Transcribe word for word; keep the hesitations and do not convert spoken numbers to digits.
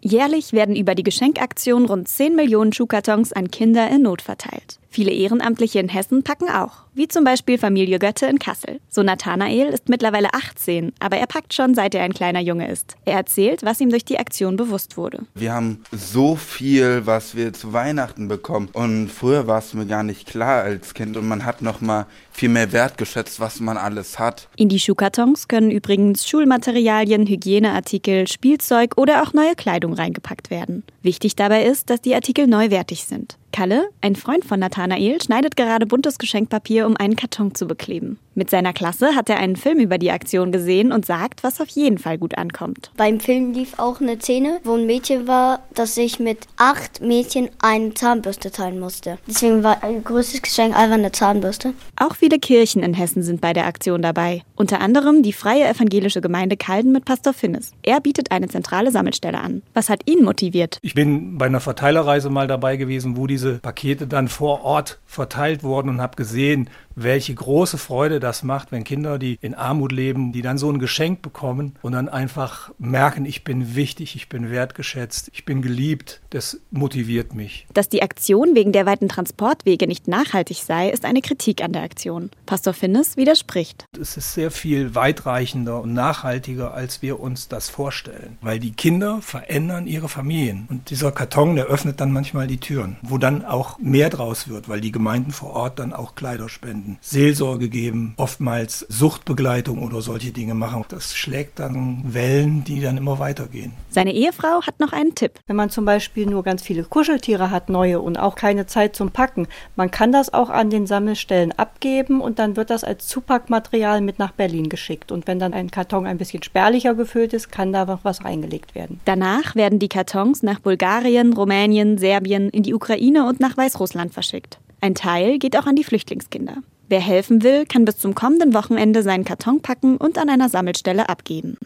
Jährlich werden über die Geschenkaktion rund zehn Millionen Schuhkartons an Kinder in Not verteilt. Viele Ehrenamtliche in Hessen packen auch, wie zum Beispiel Familie Götte in Kassel. So Nathanael ist mittlerweile achtzehn, aber er packt schon, seit er ein kleiner Junge ist. Er erzählt, was ihm durch die Aktion bewusst wurde. Wir haben so viel, was wir zu Weihnachten bekommen. Und früher war es mir gar nicht klar als Kind und man hat noch mal viel mehr wertgeschätzt, was man alles hat. In die Schuhkartons können übrigens Schulmaterialien, Hygieneartikel, Spielzeug oder auch neue Kleidung reingepackt werden. Wichtig dabei ist, dass die Artikel neuwertig sind. Kalle, ein Freund von Nathanael, schneidet gerade buntes Geschenkpapier, um einen Karton zu bekleben. Mit seiner Klasse hat er einen Film über die Aktion gesehen und sagt, was auf jeden Fall gut ankommt. Beim Film lief auch eine Szene, wo ein Mädchen war, das sich mit acht Mädchen eine Zahnbürste teilen musste. Deswegen war ein größtes Geschenk einfach eine Zahnbürste. Auch viele Kirchen in Hessen sind bei der Aktion dabei. Unter anderem die Freie Evangelische Gemeinde Calden mit Pastor Finnes. Er bietet eine zentrale Sammelstelle an. Was hat ihn motiviert? Ich bin bei einer Verteilerreise mal dabei gewesen, wo diese Pakete dann vor Ort verteilt wurden und habe gesehen, welche große Freude das macht, wenn Kinder, die in Armut leben, die dann so ein Geschenk bekommen und dann einfach merken, ich bin wichtig, ich bin wertgeschätzt, ich bin geliebt. Das motiviert mich. Dass die Aktion wegen der weiten Transportwege nicht nachhaltig sei, ist eine Kritik an der Aktion. Pastor Finnes widerspricht. Es ist sehr viel weitreichender und nachhaltiger, als wir uns das vorstellen. Weil die Kinder verändern ihre Familien. Und dieser Karton, der öffnet dann manchmal die Türen, wo dann auch mehr draus wird, weil die Gemeinden vor Ort dann auch Kleider spenden, Seelsorge geben, oftmals Suchtbegleitung oder solche Dinge machen. Das schlägt dann Wellen, die dann immer weitergehen. Seine Ehefrau hat noch einen Tipp. Wenn man zum Beispiel nur ganz viele Kuscheltiere hat, neue und auch keine Zeit zum Packen, man kann das auch an den Sammelstellen abgeben und dann wird das als Zupackmaterial mit nach Berlin geschickt. Und wenn dann ein Karton ein bisschen spärlicher gefüllt ist, kann da noch was reingelegt werden. Danach werden die Kartons nach Bulgarien, Rumänien, Serbien, in die Ukraine und nach Weißrussland verschickt. Ein Teil geht auch an die Flüchtlingskinder. Wer helfen will, kann bis zum kommenden Wochenende seinen Karton packen und an einer Sammelstelle abgeben.